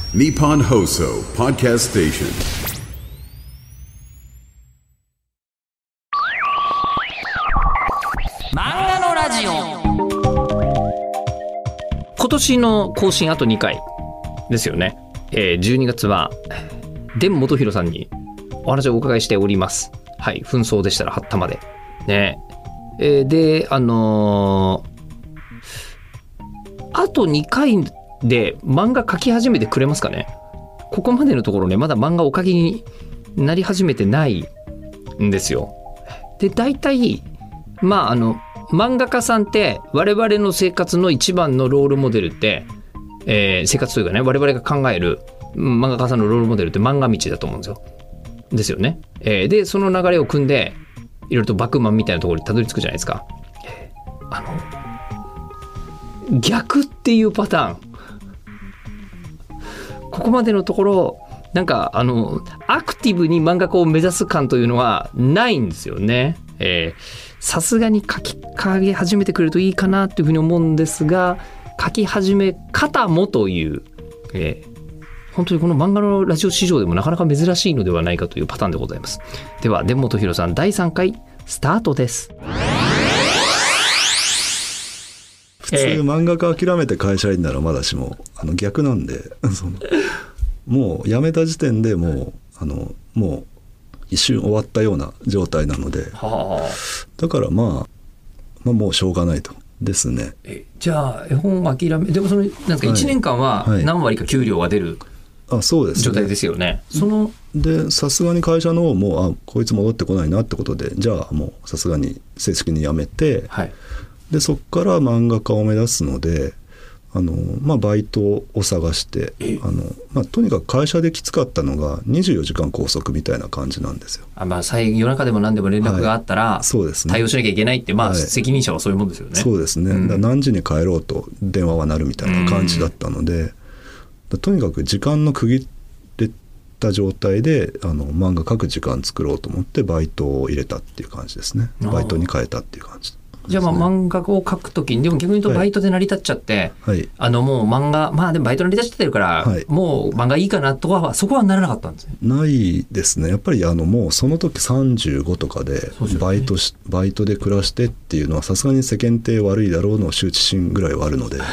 Nippon Hoso Podcast Station。 漫画のラジオ。今年の更新あと2回ですよね。12月は伝元弘さんにお話をお伺いしております。はい、紛争でしたらはったまでね。であと2回で漫画描き始めてくれますかね。ここまでのところね、まだ漫画お描きになり始めてないんですよ。で大体漫画家さんって我々の生活の一番のロールモデルって、生活というかね、我々が考える漫画家さんのロールモデルって漫画道だと思うんですよ。ですよね。でその流れを組んでいろいろとバックマンみたいなところにたどり着くじゃないですか。逆っていうパターン、ここまでのところなんかアクティブに漫画家を目指す感というのはないんですよね。さすがに書き始めてくれるといいかなというふうに思うんですが、書き始め方もという、本当にこの漫画のラジオ市場でもなかなか珍しいのではないかというパターンでございます。では伝元弘さん第3回スタートです。 普通漫画家諦めて会社員ならまだしも逆なんでもう辞めた時点でもう一瞬終わったような状態なので、だからまあもうしょうがないとですね。 じゃあ絵本諦めでもなんですか、1年間は何割か給料が出る、 そうですね、 状態ですよね。 でさすがに会社の方もこいつ戻ってこないなってことで、じゃあもうさすがに正式に辞めて、でそこから漫画家を目指すのでバイトを探してとにかく会社できつかったのが24時間拘束みたいな感じなんですよ。 夜中でも何でも連絡があったら、 そうですね、 対応しなきゃいけないって、責任者はそういうもんですよね。 そうですね、何時に帰ろうと電話は鳴るみたいな感じだったので、とにかく時間の区切れた状態で漫画描く時間作ろうと思ってバイトを入れたっていう感じですね。バイトに変えたっていう感じ。 じゃあ漫画を描くときにでも逆に言うとバイトで成り立っちゃって、もう漫画でもバイト成り立っちゃってるから、もう漫画いいかなとはそこはならなかったんですね。 ないですね。やっぱりもうその時35とかでバイトで暮らしてっていうのはさすがに世間体悪いだろうの羞恥心ぐらいはあるので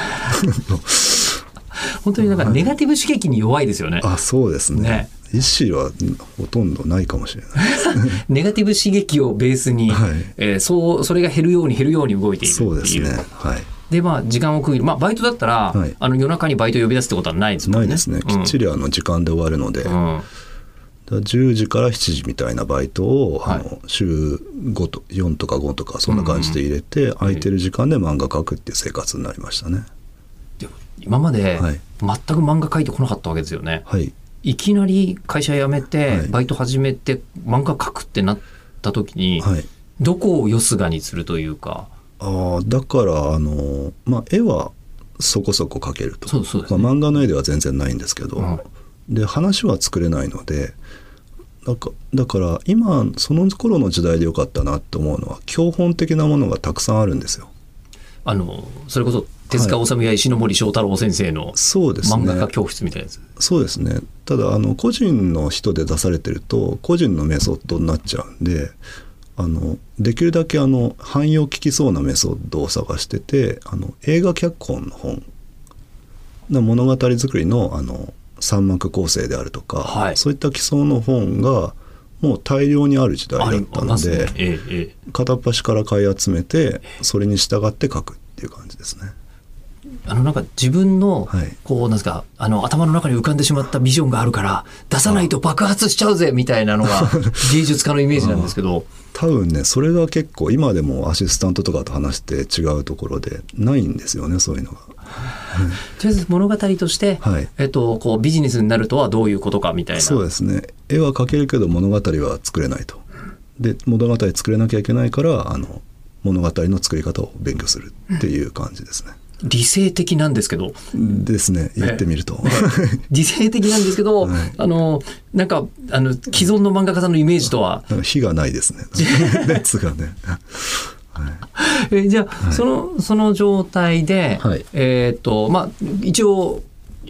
本当になんかネガティブ刺激に弱いですよね。 そうですね。意思はほとんどないかもしれないネガティブ刺激をベースに、それが減るように動いているっていう。 そうですね。 で時間を区切る、バイトだったら、夜中にバイトを呼び出すってことはないですもんね。 ないですね。きっちり時間で終わるので、10時から7時みたいなバイトを、週5と4とか5とかそんな感じで入れて、空いてる時間で漫画描くっていう生活になりましたね。 でも今まで全く漫画描いてこなかったわけですよね。いきなり会社辞めて、バイト始めて漫画描くってなった時に、どこをよすがにするというか。 だから絵はそこそこ描けると。 そうですね。 漫画の絵では全然ないんですけど、で話は作れないので、だから今その頃の時代でよかったなって思うのは教本的なものがたくさんあるんですよ。 それこそ手塚治虫や石ノ森章太郎先生の漫画家教室みたいなやつ。 そうですね。ただ個人の人で出されてると個人のメソッドになっちゃうんで、できるだけ汎用聞きそうなメソッドを探してて、映画脚本の本物語作りの三幕構成であるとか、そういった基礎の本がもう大量にある時代だったので、片っ端から買い集めてそれに従って書くっていう感じですね。 なんか自分のなんですか、頭の中に浮かんでしまったビジョンがあるから出さないと爆発しちゃうぜみたいなのが芸術家のイメージなんですけど多分ねそれが結構今でもアシスタントとかと話して違うところでないんですよね、そういうのが。とりあえず物語として、ビジネスになるとはどういうことかみたいな。 そうですね。絵は描けるけど物語は作れないと。で物語作れなきゃいけないから物語の作り方を勉強するっていう感じですね。 理性的なんですけどですね、言ってみると、 理性的なんですけど、なんか既存の漫画家さんのイメージとは火がないですね熱がねじゃあ、その状態で、一応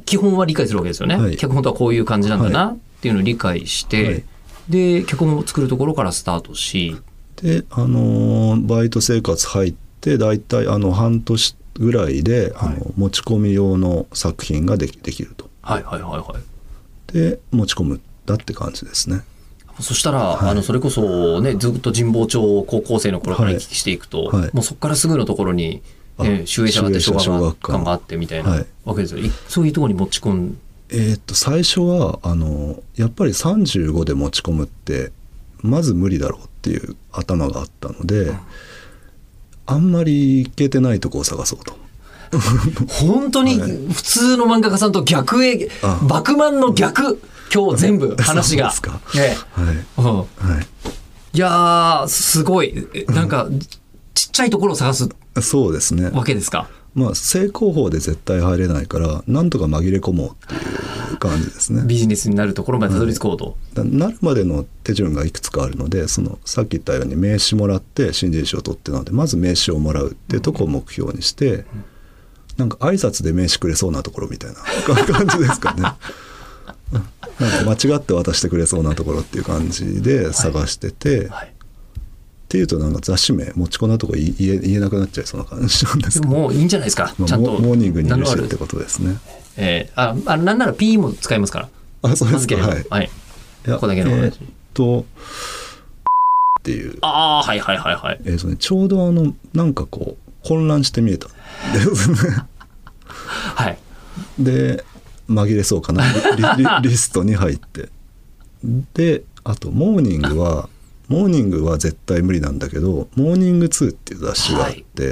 基本は理解するわけですよね、 はい、 脚本とはこういう感じなんだなっていうのを理解して、はい、で脚本を作るところからスタートし、 でバイト生活入ってだいたい半年ぐらいで、はい、持ち込み用の作品ができると、 はいはいはいはい、 で持ち込むだって感じですね。 そしたら、 はい、 それこそねずっと神保町を高校生の頃から行き来していくと、はい、もうそこからすぐのところに、集英社があって小学館があってみたいなわけですよ、はい、そういうところに持ち込ん最初はやっぱり35で持ち込むってまず無理だろうっていう頭があったので、あんまりいけてないとこを探そうと本当に普通の漫画家さんと逆へ、バクマンの逆、今日全部話がそうですか、 はい、いやすごいなんかちっちゃいところを探すそうですねわけですか。 まあ、正攻法で絶対入れないからなんとか紛れ込もうっていう感じですね。 ビジネスになるところまでたどり着こうと、 なるまでの手順がいくつかあるので、さっき言ったように名刺もらって新人賞を取ってなのでまず名刺をもらうっていうところを目標にして、なんか挨拶で名刺くれそうなところみたいな感じですかねなんか間違って渡してくれそうなところっていう感じで探してて、はいはい、っていうとなんか雑誌名持ち込んだとこ言えなくなっちゃいそうな感じなんですけど、 もういいんじゃないですか、ちゃんとモーニングにいるしってことですね。 なんなら P も使いますから。 あ、そうですか、はい、 はい、ここだけの話っていう、 はいはいはいはい、 ちょうどなんかこう混乱して見えたんですねはい、 で紛れそうかなリストに入って、であとモーニングは絶対無理なんだけどモーニング2っていう雑誌があって、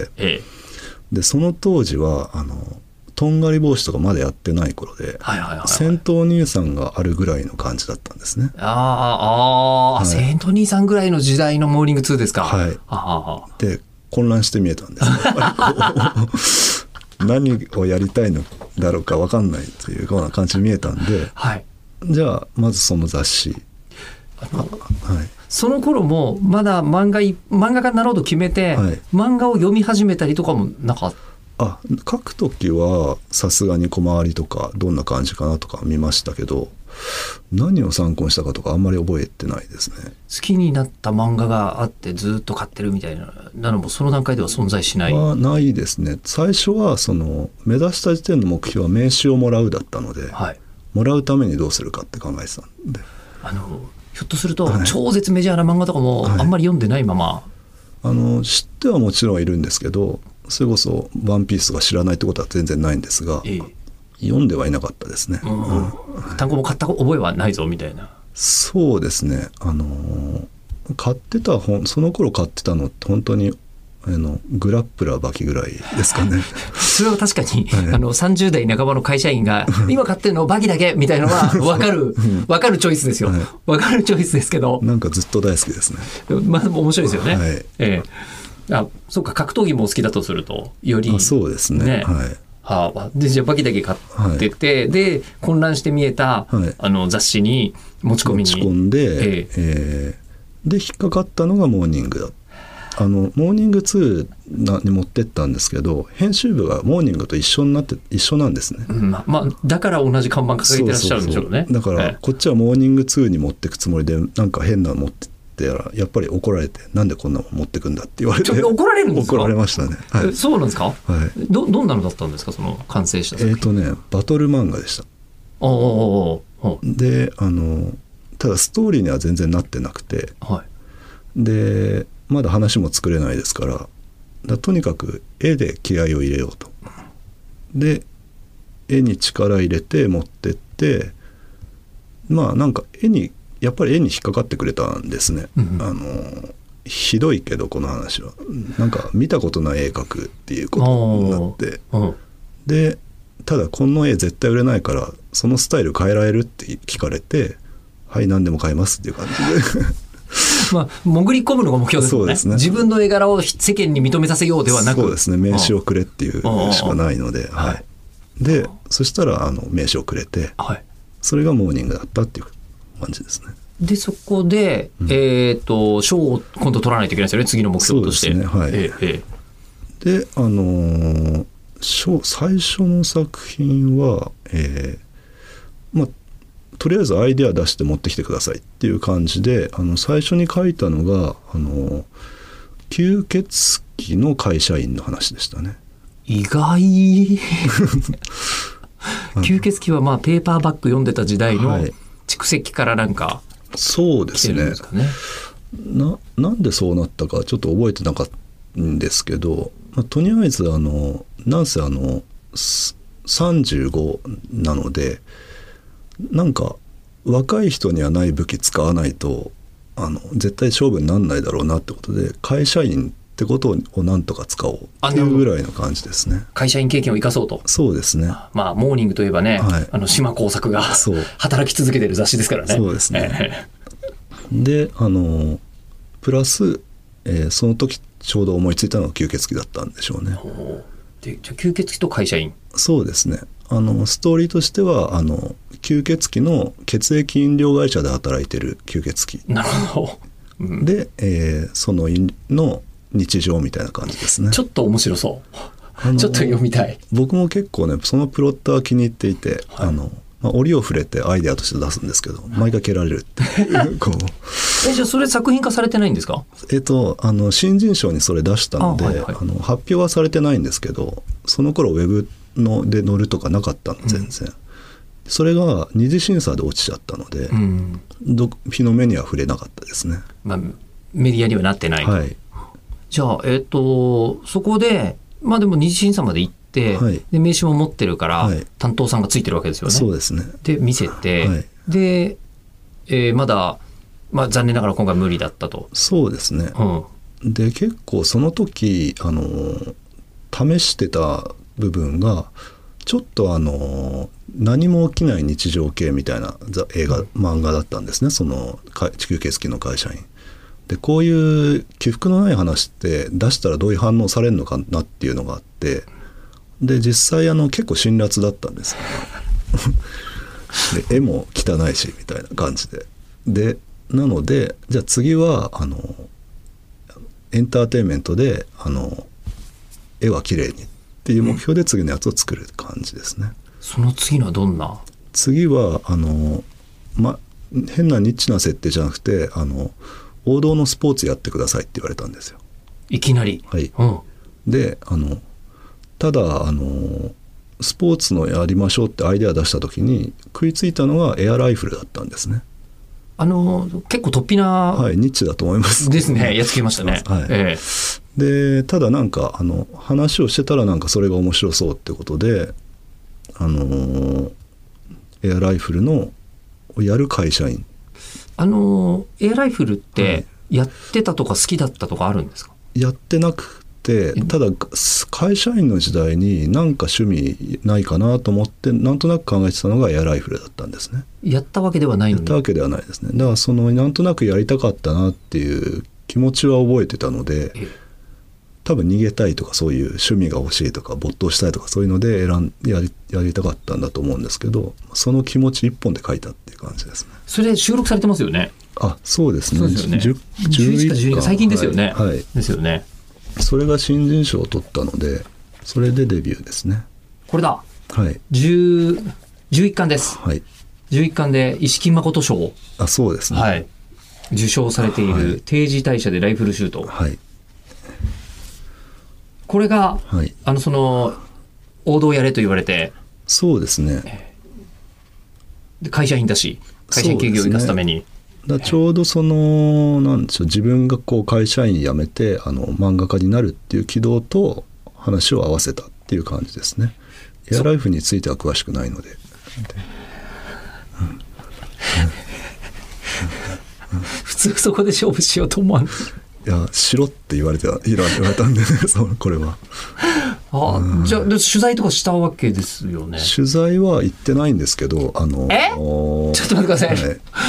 はい、でその当時はとんがり帽子とかまだやってない頃で、はいはいはいはい、戦闘兄さんがあるぐらいの感じだったんですね。はい、 戦闘兄さんぐらいの時代のモーニング2ですか。 はい、で混乱して見えたんです何をやりたいのだろうか分かんないというような感じに見えたんで、はい、じゃあまずその雑誌、 はい、その頃もまだ漫画家になろうと決めて、はい、漫画を読み始めたりとかもなかった。 書くときはさすがに小回りとかどんな感じかなとか見ましたけど、何を参考にしたかとかあんまり覚えてないですね。 好きになった漫画があってずっと買ってるみたいなのもその段階では存在しない。 ないですね。最初は目指した時点の目標は名刺をもらうだったので、はい、もらうためにどうするかって考えてたんで、 ひょっとすると超絶メジャーな漫画とかもあんまり読んでないまま、 はい、知ってはもちろんいるんですけど、それこそワンピースとか知らないってことは全然ないんですが、読んではいなかったですね。 単語も買った覚えはないぞみたいな。 そうですね。買ってた本、その頃買ってたのって本当にグラップラーバキぐらいですかねそれは確かに、はい、30代半ばの会社員が今買ってるのバキだけみたいなのは分かるチョイスですよ、はい、分かるチョイスですけど、 なんかずっと大好きですね。 まあ面白いですよね、はい、そうか、格闘技もお好きだとするとより、 そうですね、 はい、でじゃあバキだけ買ってて、はい、で混乱して見えた、はい、雑誌に持ち込んで、で引っかかったのがモーニングだ。モーニング2に持ってったんですけど、編集部がモーニングと一緒なんですね、 だから同じ看板掲げてらっしゃるんでしょうね。 だからこっちはモーニング2に持ってくつもりでなんか変なの持ってったらやっぱり怒られて、なんでこんなの持ってくんだって言われて。 怒られるんですか？ 怒られましたね、はい、 そうなんですか、 はい、 どんなのだったんですか、その完成した作品。 バトル漫画でした。でただストーリーには全然なってなくて、はい、でまだ話も作れないですからとにかく絵で気合を入れようと。で絵に力入れて持ってって、なんかやっぱり絵に引っかかってくれたんですね、ひどいけどこの話はなんか見たことない絵描くっていうことになって、でただこの絵絶対売れないからそのスタイル変えられるって聞かれて、はい何でも買いますっていう感じで潜り込むのが目標ですもんね。そうですね。自分の絵柄を世間に認めさせようではなく、 そうですね、名刺をくれっていうしかないので、はい、でそしたら名刺をくれて、はい、それがモーニングだったっていう感じですね。 でそこで、賞を今度取らないといけないですよね、次の目標として。 そうですね、はい。で最初の作品は、とりあえずアイデア出して持ってきてくださいっていう感じで、最初に書いたのが吸血鬼の会社員の話でしたね。 意外吸血鬼はペーパーバッグ読んでた時代の蓄積からなんかそうですね。なんでそうなったかちょっと覚えてなかったんですけど、とりあえずなんせ35なので、なんか若い人にはない武器使わないと絶対勝負にならないだろうなってことで、会社員ってことをなんとか使おうっていうぐらいの感じですね。 会社員経験を生かそうと。 そうですね。 モーニングといえばね、島耕作が働き続けてる雑誌ですからね。 そうですね。でプラス、その時ちょうど思いついたのが吸血鬼だったんでしょうね。 でじゃあ吸血鬼と会社員。 そうですね。ストーリーとしては吸血鬼の血液飲料会社で働いてる吸血鬼。 なるほど。 で、その日常みたいな感じですね。 ちょっと面白そう。ちょっと読みたい。 僕も結構ねそのプロットは気に入っていて、折を触れてアイデアとして出すんですけど、毎回蹴られるってこうじゃあそれ作品化されてないんですか？ 新人賞にそれ出したので、発表はされてないんですけど、その頃ウェブで載るとかなかったの全然、それが二次審査で落ちちゃったので、日の目には触れなかったですね。 メディアにはなってない。じゃあそこででも二次審査まで行って、で名刺も持ってるから、担当さんがついてるわけですよね。 そうですね。 で見せて、で、まだ、残念ながら今回無理だったと。 そうですね。で結構その時試してた部分がちょっと何も起きない日常系みたいな漫画だったんですね。その吸血鬼の会社員で、こういう起伏のない話って出したらどういう反応されるのかなっていうのがあって、で実際結構辛辣だったんですで絵も汚いしみたいな感じでなので、じゃあ次はエンターテインメントで絵は綺麗にっていう目標で次のやつを作る感じですね。 その次のはどんな？次は変なニッチな設定じゃなくて王道のスポーツやってくださいって言われたんですよ。 いきなり。 でただスポーツのやりましょうってアイデア出した時に食いついたのがエアライフルだったんですね。結構突飛な、 ニッチだと思いますですね。やっつけましたね。 でただなんか話をしてたらなんかそれが面白そうってことでエアライフルのやる会社員。 エアライフルってやってたとか好きだったとかあるんですか？ やってなくて、ただ会社員の時代になんか趣味ないかなと思ってなんとなく考えてたのがエアライフルだったんですね。 やったわけではないのに。 やったわけではないですね。だからなんとなくやりたかったなっていう気持ちは覚えてたので、多分逃げたいとかそういう趣味が欲しいとか没頭したいとかそういうのでやりたかったんだと思うんですけど、その気持ち一本で書いたっていう感じですね。 それ収録されてますよね。 そうですね。 11か12か最近ですよね。ですよね。 それが新人賞を取ったので、それでデビューですね。 これだ。11巻です。11巻で石木誠賞。 そうですね。 受賞されている定時退社でライフルシュート。これが、その王道やれと言われて。 そうですね。 で会社員だし、会社員経験を生かすために。 ちょうどなんでしょう、自分が会社員辞めて漫画家になるっていう軌道と話を合わせたっていう感じですね。エアライフについては詳しくないので。 普通そこで勝負しようと思わない。 いや、しろって言われたんでねこれは。 じゃあ取材とかしたわけですよね。 取材は行ってないんですけど、ちょっと待ってください。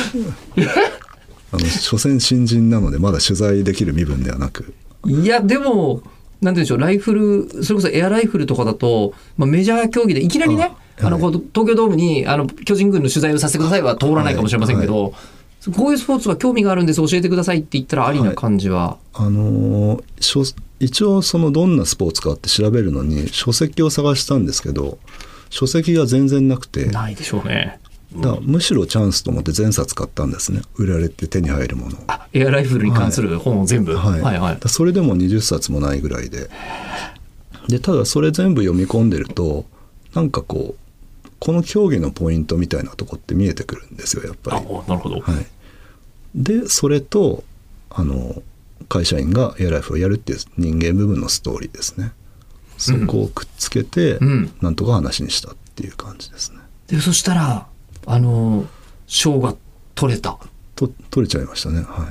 所詮新人なのでまだ取材できる身分ではなく。 いやでもなんていうんでしょう、ライフル、それこそエアライフルとかだと、メジャー競技でいきなりね、東京ドームに巨人軍の取材をさせてくださいは通らないかもしれませんけど、こういうスポーツは興味があるんです教えてくださいって言ったらありな感じは。 一応そのどんなスポーツかって調べるのに書籍を探したんですけど、書籍が全然なくて、 ないでしょうね。 だからむしろチャンスと思って全冊買ったんですね。売られて手に入るものを。 エアライフルに関する本を全部、 はいはいはい。 それでも20冊もないぐらいで、ただそれ全部読み込んでるとなんかこの競技のポイントみたいなとこって見えてくるんですよやっぱり。 なるほど。 はい、でそれと会社員がエアライフをやるっていう人間部分のストーリーですね。そこをくっつけて、なんとか話にしたっていう感じですね。 でそしたら賞が取れた。 取れちゃいましたね。はい。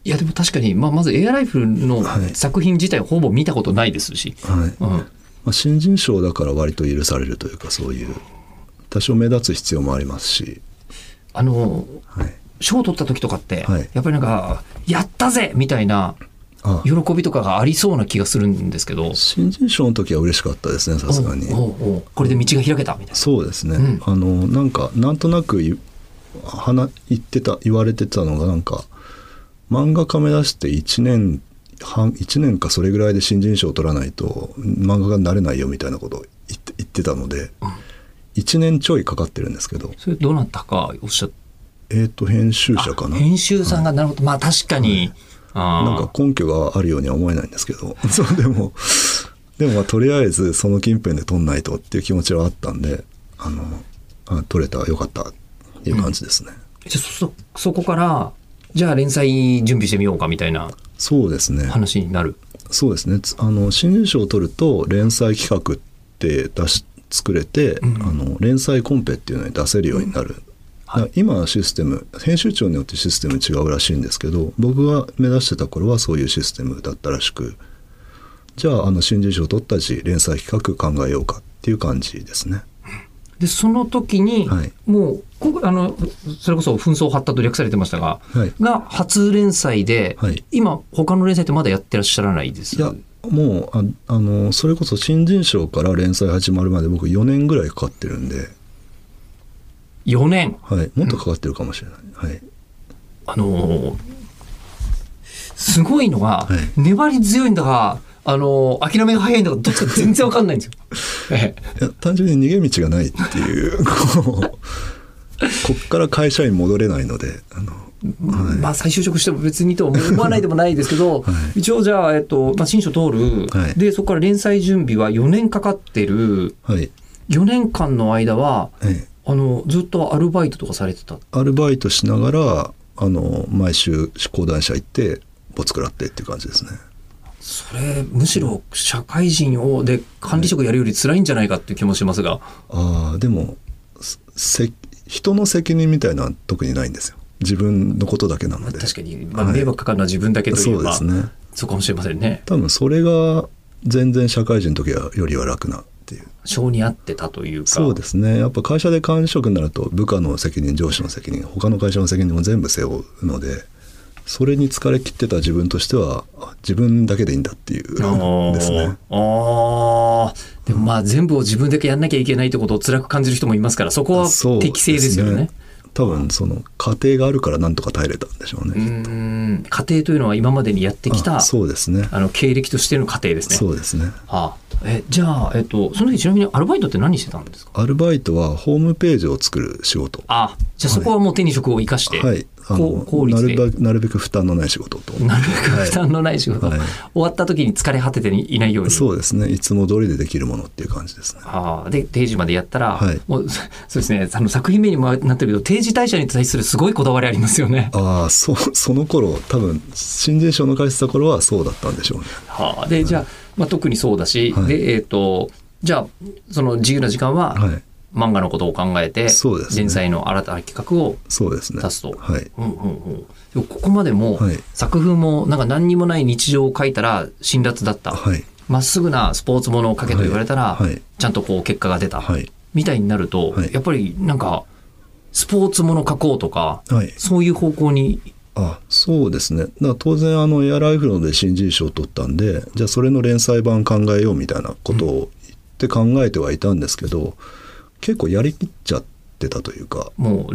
いやでも確かに、まずエアライフルの作品自体ほぼ見たことないですし、 はい、新人賞だから割と許されるというか、そういう多少目立つ必要もありますし、賞を取った時とかって、やっぱりなんかやったぜみたいな喜びとかがありそうな気がするんですけど、 新人賞の時は嬉しかったですね、さすがに。 これで道が開けたみたいな。 そうですね、なんとなく言われてたのが、なんか漫画家目指して1年かそれぐらいで新人賞を取らないと漫画家になれないよみたいなことを言ってたので、1年ちょいかかってるんですけど。 それどなたかおっしゃって、 編集者かな。 編集さんが、なるほど、確かに、 なんか根拠があるようには思えないんですけどそうでもとりあえずその近辺で取んないとっていう気持ちはあったんで、取れたよかったっていう感じですね。 じゃあそこからじゃあ連載準備してみようかみたいな話になる。 そうですね。新人賞を取ると連載企画って作れて、連載コンペっていうのに出せるようになる。今はシステム、編集長によってシステム違うらしいんですけど、僕が目指してた頃はそういうシステムだったらしく、じゃあ新人賞を取ったし連載企画考えようかっていう感じですね。 でその時に、もうそれこそ紛争発達と略されてましたが、が初連載で、今他の連載ってまだやってらっしゃらないです？ いやもうそれこそ新人賞から連載始まるまで僕4年ぐらいかかってるんで。 4年、 もっとかかってるかもしれない、 すごいのが、粘り強いんだか諦めが早いんだかどっちか全然わかんないんですよいや単純に逃げ道がないっていうこっから会社員戻れないので再就職しても別にと思わないでもないですけど、一応じゃあ、新書通る、でそこから連載準備は4年かかってる、4年間の間は、ずっとアルバイトとかされてた？ アルバイトしながら毎週講談社行ってボツ食らってっていう感じですね。 それむしろ社会人で管理職やるより辛いんじゃないかっていう気もしますが、 でも人の責任みたいなのは特にないんですよ。自分のことだけなので。 確かに、迷惑かかるのは自分だけというか、そうですね。そうかもしれませんね。 多分それが全然社会人の時よりは楽なっていう。 性に合ってたというか。 そうですね。やっぱ会社で管理職になると部下の責任、上司の責任、他の会社の責任も全部背負うので、それに疲れ切ってた自分としては自分だけでいいんだっていうですね。 でも全部を自分だけやんなきゃいけないってことを辛く感じる人もいますから、そこは適正ですよね。 多分その家庭があるからなんとか耐えれたんでしょうね。 家庭というのは今までにやってきたそうですね。 経歴としての家庭ですね。 そうですね。 じゃあ、その時ちなみにアルバイトって何してたんですか？ アルバイトはホームページを作る仕事。 じゃあそこはもう手に職を生かして、効率でなるべく負担のない仕事と。 なるべく負担のない仕事、終わった時に疲れ果てていないように。 そうですね。いつも通りでできるものっていう感じですね。 で定時までやったら、もうそうですね。作品名にもなってるけど定時退社に対するすごいこだわりありますよね。 その頃多分新人賞の会社た頃はそうだったんでしょうね。 でじゃあ、特にそうだし、でじゃあその自由な時間は、漫画のことを考えて、連載の新たな企画を出すと。ここまでも、作風もなんか何にもない日常を書いたら辛辣だった。まっすぐなスポーツものを書けと言われたら、ちゃんと結果が出た。みたいになると、やっぱりなんかスポーツもの書こうとか、そういう方向に。 そうですね。だから当然エアライフルで新人賞を取ったんで、じゃあそれの連載版考えようみたいなことを言って考えてはいたんですけど、結構やりきっちゃってたというか、 もう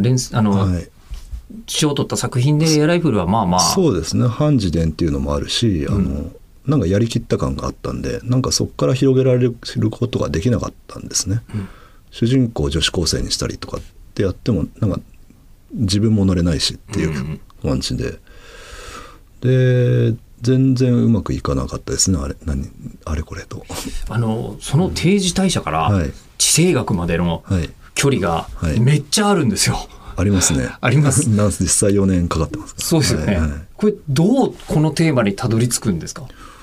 賞を取った作品でエアライフルはそうですね。ハンジデンっていうのもあるし、 なんかやりきった感があったんで、なんかそこから広げられることができなかったんですね、主人公を女子高生にしたりとかってやってもなんか自分も乗れないしっていう感じで、で全然うまくいかなかったですね、あれこれとその定時退社から地政学までの距離がめっちゃあるんですよ、 ありますね。 あります実際4年かかってますから。 そうですよね、これどうこのテーマにたどり着くんですか？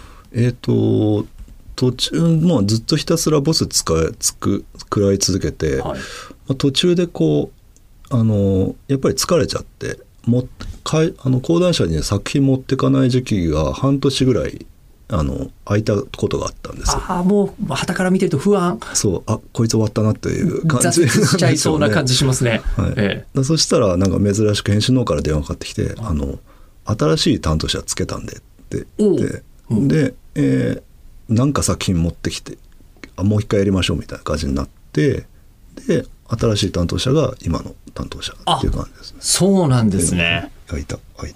途中もうずっとひたすらボス食らい続けて、途中でこうやっぱり疲れちゃって講談社に作品持ってかない時期が半年ぐらい空いたことがあったんですよ。 もう傍から見てると不安、 そうこいつ終わったなっていう感じ、 挫折しちゃいそうな感じしますね。 そしたらなんか珍しく編集の方から電話かかってきて、新しい担当者つけたんでって言ってで、なんか作品持ってきてもう一回やりましょうみたいな感じになって、で新しい担当者が今の担当者っていう感じですね。 そうなんですね。 空いた。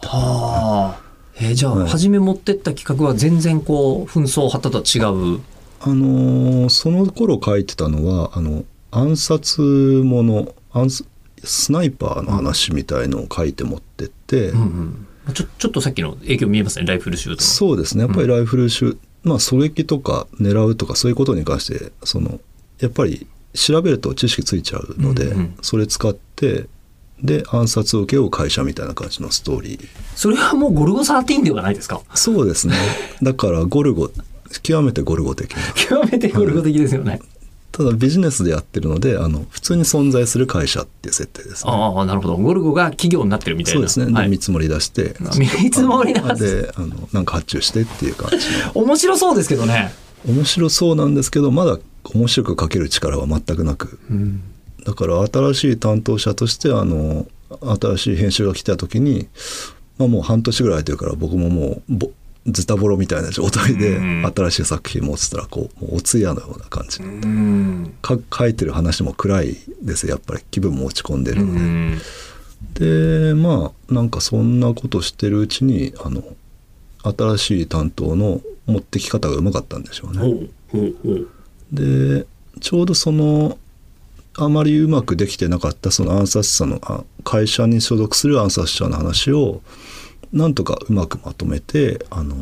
じゃあ、初め持ってった企画は全然こう紛争を張ったとは違う。 その頃書いてたのは暗殺ものスナイパーの話みたいのを書いて持ってって、 ちょっとさっきの影響見えますね、ライフルシュートの。 そうですね、やっぱりライフルシュート、狙撃とか狙うとかそういうことに関してやっぱり調べると知識ついちゃうので、それ使ってで暗殺を請け負う会社みたいな感じのストーリー。 それはもうゴルゴ13ではないですか？ そうですね、だから極めてゴルゴ的な極めてゴルゴ的ですよね。 ただビジネスでやってるので普通に存在する会社っていう設定ですね。 なるほど、ゴルゴが企業になってるみたいな。 そうですね、で見積もり出して見積もり出してでなんか発注してっていう感じの面白そうですけどね。 面白そうなんですけど、まだ面白く書ける力は全くなく、だから新しい担当者として新しい編集が来た時に、もう半年ぐらいというから僕ももうズタボロみたいな状態で新しい作品持ってたらもうお通夜のような感じ書いてる話も暗いですやっぱり気分も落ち込んでるので、なんかそんなことしてるうちに新しい担当の持ってき方がうまかったんでしょうね。でちょうどあまりうまくできてなかったその暗殺者の会社に所属する暗殺者の話をなんとかうまくまとめて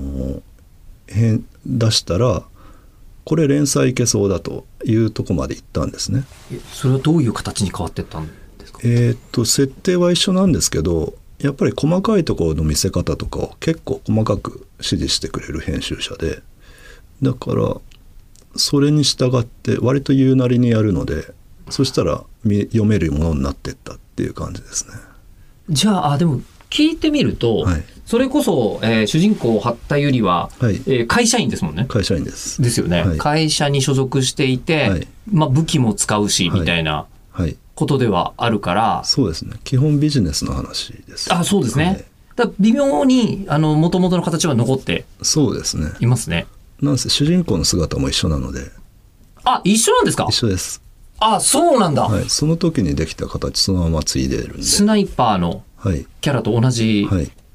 出したらこれ連載いけそうだというとこまで行ったんですね。 それはどういう形に変わっていったんですか？ 設定は一緒なんですけど、やっぱり細かいところの見せ方とかを結構細かく指示してくれる編集者で、だからそれに従って割と言うなりにやるので、そしたら読めるものになっていったっていう感じですね。 じゃあでも聞いてみると、それこそ、主人公八田由里は、会社員ですもんね。 会社員ですよね、会社に所属していて、武器も使うしみたいなことではあるから、 そうですね、基本ビジネスの話です。 そうですね、だ微妙に元々の形は残ってそうですねいますね。 なんせ主人公の姿も一緒なので。 一緒なんですか？ 一緒です。 そうなんだ、 その時にできた形そのまま継いでるんで、 スナイパーのキャラと同じ、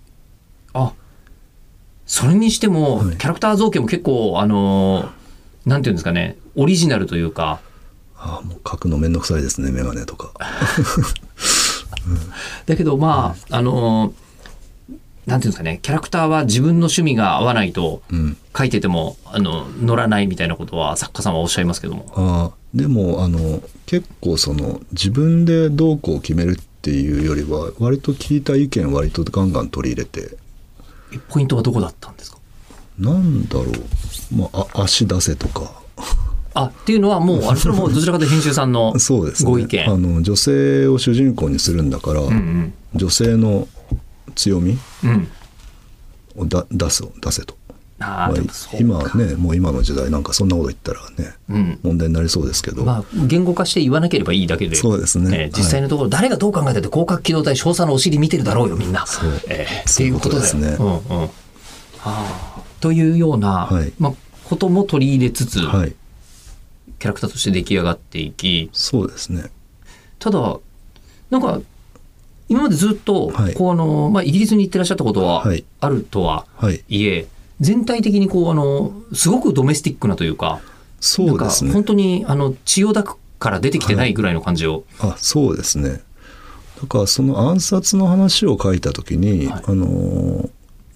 それにしても、キャラクター造形も結構なんていうんですかね、オリジナルというか、 もう描くのめんどくさいですね、メガネとかだけどなんていうんですかね、キャラクターは自分の趣味が合わないと、描いてても乗らないみたいなことは作家さんはおっしゃいますけども、 でも結構自分でどうこう決めるっていうよりは割と聞いた意見割とガンガン取り入れて。 ポイントはどこだったんですか？ なんだろう、足出せとかっていうのはもうそれもどちらかというと編集さんのご意見。 そうですね、女性を主人公にするんだから、女性の強みを出せと。今はね、もう今の時代なんかそんなこと言ったらね、問題になりそうですけど、 言語化して言わなければいいだけで、 そうですね、 実際のところ、誰がどう考えてて広角機動隊少佐のお尻見てるだろうよみんなっていうことですね。というような、ことも取り入れつつ、キャラクターとして出来上がっていき、 そうですね。 ただなんか今までずっと、イギリスに行ってらっしゃったことはあるとはいえ、 全体的にこうすごくドメスティックなというか、 そうですね。 なんか本当に千代田区から出てきてないぐらいの感じを、 はい、そうですね。だからその暗殺の話を書いた時に、はい、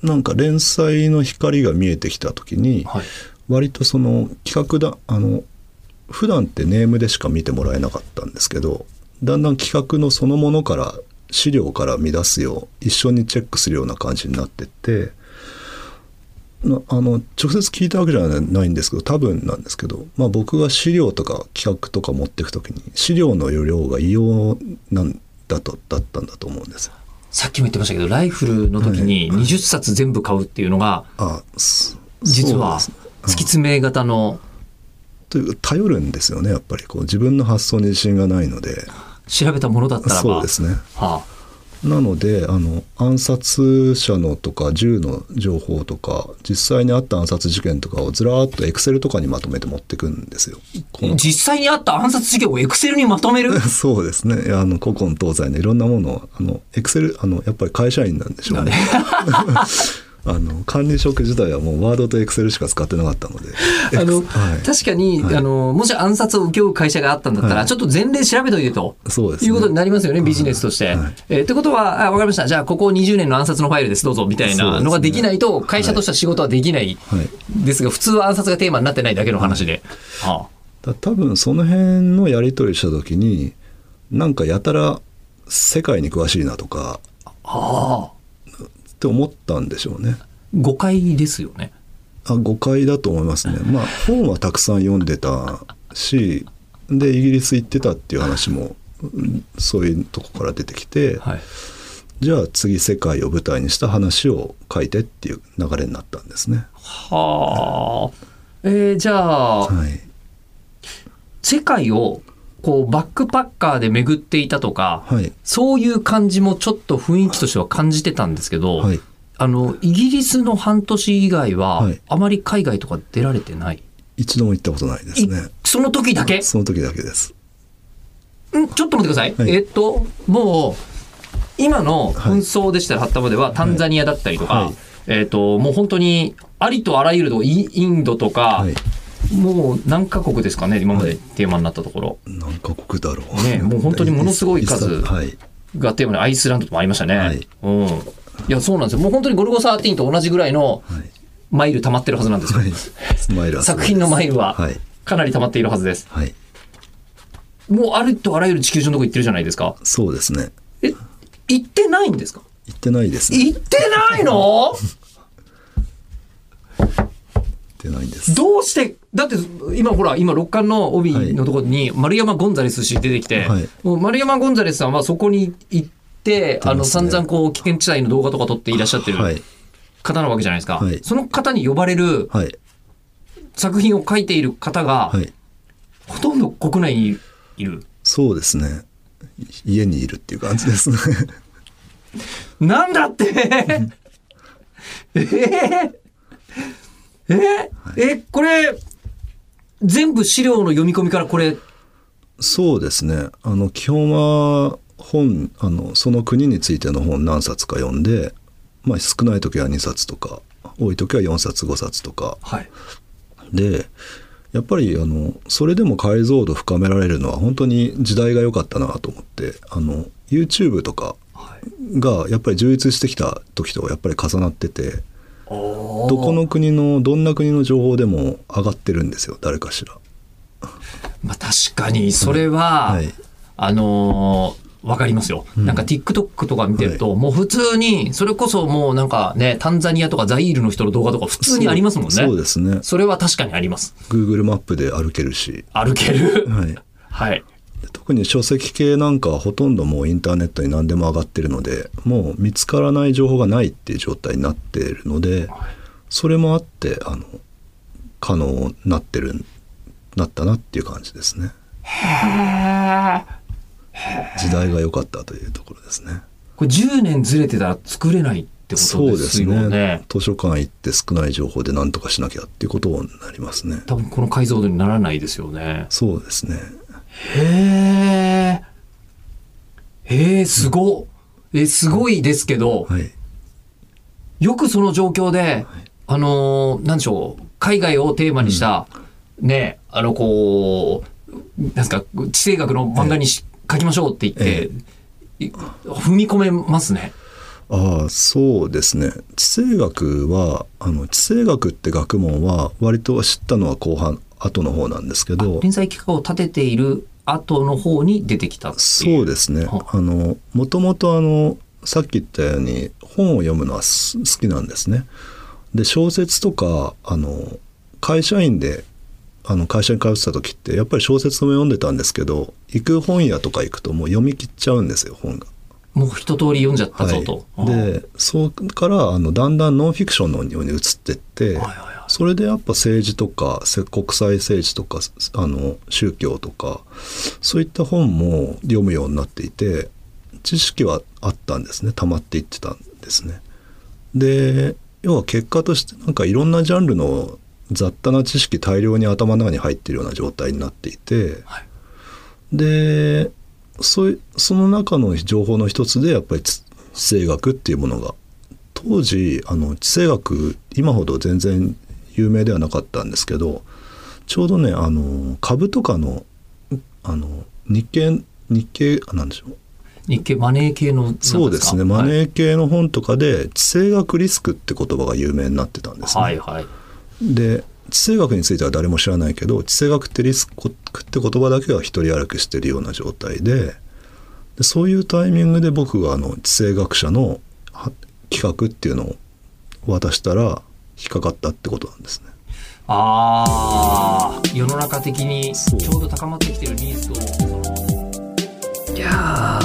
なんか連載の光が見えてきた時に、はい、割とその企画だ普段ってネームでしか見てもらえなかったんですけど、だんだん企画のそのものから資料から見出すよう一緒にチェックするような感じになってって、直接聞いたわけじゃないんですけど、多分なんですけど、まあ、僕が資料とか企画とか持っていくときに資料の容量が異様だったんだと思うんですよ。 さっきも言ってましたけど、ライフルの時に20冊全部買うっていうのが、実は突き詰め型のという頼るんですよね。やっぱりこう自分の発想に自信がないので、 調べたものだったらば、 そうですね、 はあ、 なので暗殺者のとか銃の情報とか実際にあった暗殺事件とかをずらーっとエクセルとかにまとめて持ってくんですよ。 実際にあった暗殺事件をエクセルにまとめるそうですね。古今東西のいろんなものをエクセルやっぱり会社員なんでしょうね。管理職時代はもうワードとエクセルしか使ってなかったので、 はい、確かに、はい、もし暗殺を請け負う会社があったんだったら、はい、ちょっと前例調べといてと、そうですね、いうことになりますよね、ビジネスとして。はい、ってことは分かりました、じゃあここ20年の暗殺のファイルですどうぞみたいなのができないと会社としては仕事はできないですが、普通は暗殺がテーマになってないだけの話で、はあ、多分その辺のやり取りした時になんかやたら世界に詳しいなとか、って思ったんでしょうね。 誤解ですよね。 誤解だと思いますね。まあ本はたくさん読んでたし、でイギリス行ってたっていう話もそういうとこから出てきて、はい、じゃあ次世界を舞台にした話を書いてっていう流れになったんですね。 はあ。じゃあ、はい、世界をこうバックパッカーで巡っていたとか、はい、そういう感じもちょっと雰囲気としては感じてたんですけど、はい、イギリスの半年以外はあまり海外とか出られてない？ 一度も行ったことないですね。 その時だけ？ その時だけです。 ちょっと待ってください、はい、もう今の紛争でしたら、はい、発端まではタンザニアだったりとか、はい、もう本当にありとあらゆるとインドとか、はい、もう何カ国ですかね、今までテーマになったところ。 何カ国だろう、 ね、もう本当にものすごい数がテーマで、アイスランドともありましたね、はい、いやそうなんですよ。もう本当にゴルゴ13と同じぐらいのマイル溜まってるはずなんですよ、はい、作品のマイルはかなり溜まっているはずです、はい、もうありとあらゆる地球上のとこ行ってるじゃないですか。 そうですね。 行ってないんですか？ 行ってないですね。 行ってないの？ ないんです。 どうして？だって今6巻の帯のところに丸山ゴンザレス氏出てきて、はい、もう丸山ゴンザレスさんはそこに行って、散々こう危険地帯の動画とか撮っていらっしゃってる方なわけじゃないですか、はい、その方に呼ばれる作品を書いている方が、はい、ほとんど国内にいる。 そうですね。家にいるっていう感じですね。 なんだってこれ全部資料の読み込みからこれ。 そうですね。基本は本その国についての本何冊か読んで、まあ、少ない時は2冊とか多い時は4冊5冊とか、はい、でやっぱりそれでも解像度深められるのは本当に時代が良かったなと思って、YouTube とかがやっぱり充実してきた時とやっぱり重なってて、どこの国のどんな国の情報でも上がってるんですよ、誰かしら。 まあ、確かにそれは、はいはい、分かりますよ、なんか TikTok とか見てると、はい、もう普通にそれこそもうなんかね、タンザニアとかザイールの人の動画とか普通にありますもんね。 そうですね。 それは確かにあります。 Google マップで歩けるし。 歩ける、 はいはい、 特に書籍系なんかはほとんどもうインターネットに何でも上がってるので、もう見つからない情報がないっていう状態になっているので、それもあって可能になったなっていう感じですね。時代が良かったというところですね。 これ10年ずれてたら作れないってことですよね。そうですね。 図書館行って少ない情報で何とかしなきゃっていうことになりますね。 多分この解像度にならないですよね。 そうですね。 すごいですけど、はい、よくその状況で、 なんでしょう、海外をテーマにした、ね、こうなんですか、地政学の漫画に書きましょうって言って、踏み込めますね。 そうですね。地政学は地政学って学問は割と知ったのは後の方なんですけど、 連載企画を立てている後の方に出てきたっていう。 そうですね。もともとさっき言ったように本を読むのは好きなんですね。で小説とか会社員で会社に通ってた時ってやっぱり小説も読んでたんですけど、行く本屋とか行くともう読み切っちゃうんですよ、本が。もう一通り読んじゃったぞと。 でそこからだんだんノンフィクションのように移っていって、それでやっぱ政治とか国際政治とか宗教とかそういった本も読むようになっていて、知識はあったんですね。溜まっていってたんですね。で要は結果としてなんかいろんなジャンルの雑多な知識大量に頭の中に入っているような状態になっていて、でその中の情報の一つでやっぱり地政学っていうものが当時地政学今ほど全然有名ではなかったんですけど、ちょうどね株とかの日経なんでしょう、 日経マネー系の。 そうですね、マネー系の本とかで地政学リスクって言葉が有名になってたんですね。で地政学については誰も知らないけど、地政学ってリスクって言葉だけは一人歩きしてるような状態で、そういうタイミングで僕が地政学者の企画っていうのを渡したら引っかかったってことなんですね。 世の中的にちょうど高まってきてるニーズと、いや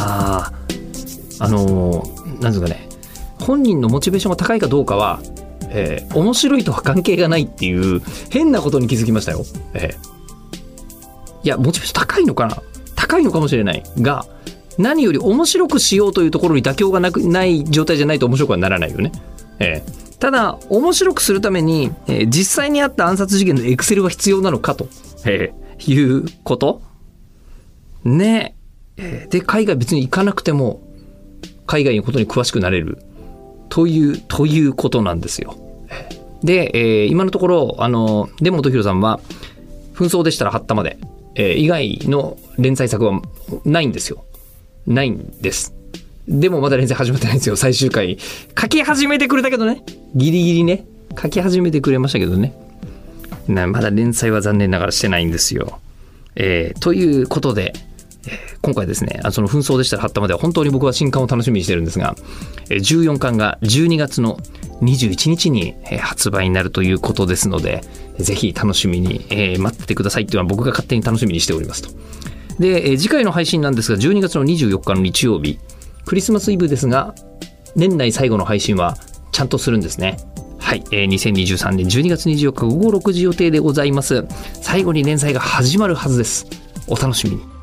なんですかね、本人のモチベーションが高いかどうかは面白いとは関係がないっていう変なことに気づきましたよ。いやモチベーション高いのかな、高いのかもしれないが、何より面白くしようというところに妥協がない状態じゃないと面白くはならないよね。ただ面白くするために、実際にあった暗殺事件のエクセルは必要なのかと、いうことね。で海外別に行かなくても海外のことに詳しくなれるということなんですよ。で、今のところ出本博さんは紛争でしたらはったまで、以外の連載作はないんですよ。ないんです。でもまだ連載始まってないんですよ。最終回書き始めてくれたけどね、ギリギリね書き始めてくれましたけどね、まだ連載は残念ながらしてないんですよ。ということで今回ですね、その紛争でしたらはったまでは本当に僕は新刊を楽しみにしてるんですが、14巻が12月の21日に発売になるということですので、ぜひ楽しみに待っててくださいっていうのは僕が勝手に楽しみにしておりますと。で次回の配信なんですが12月の24日の日曜日、クリスマスイブですが年内最後の配信はちゃんとするんですね。はい、2023年12月24日午後6時予定でございます。最後に連載が始まるはずです。お楽しみに。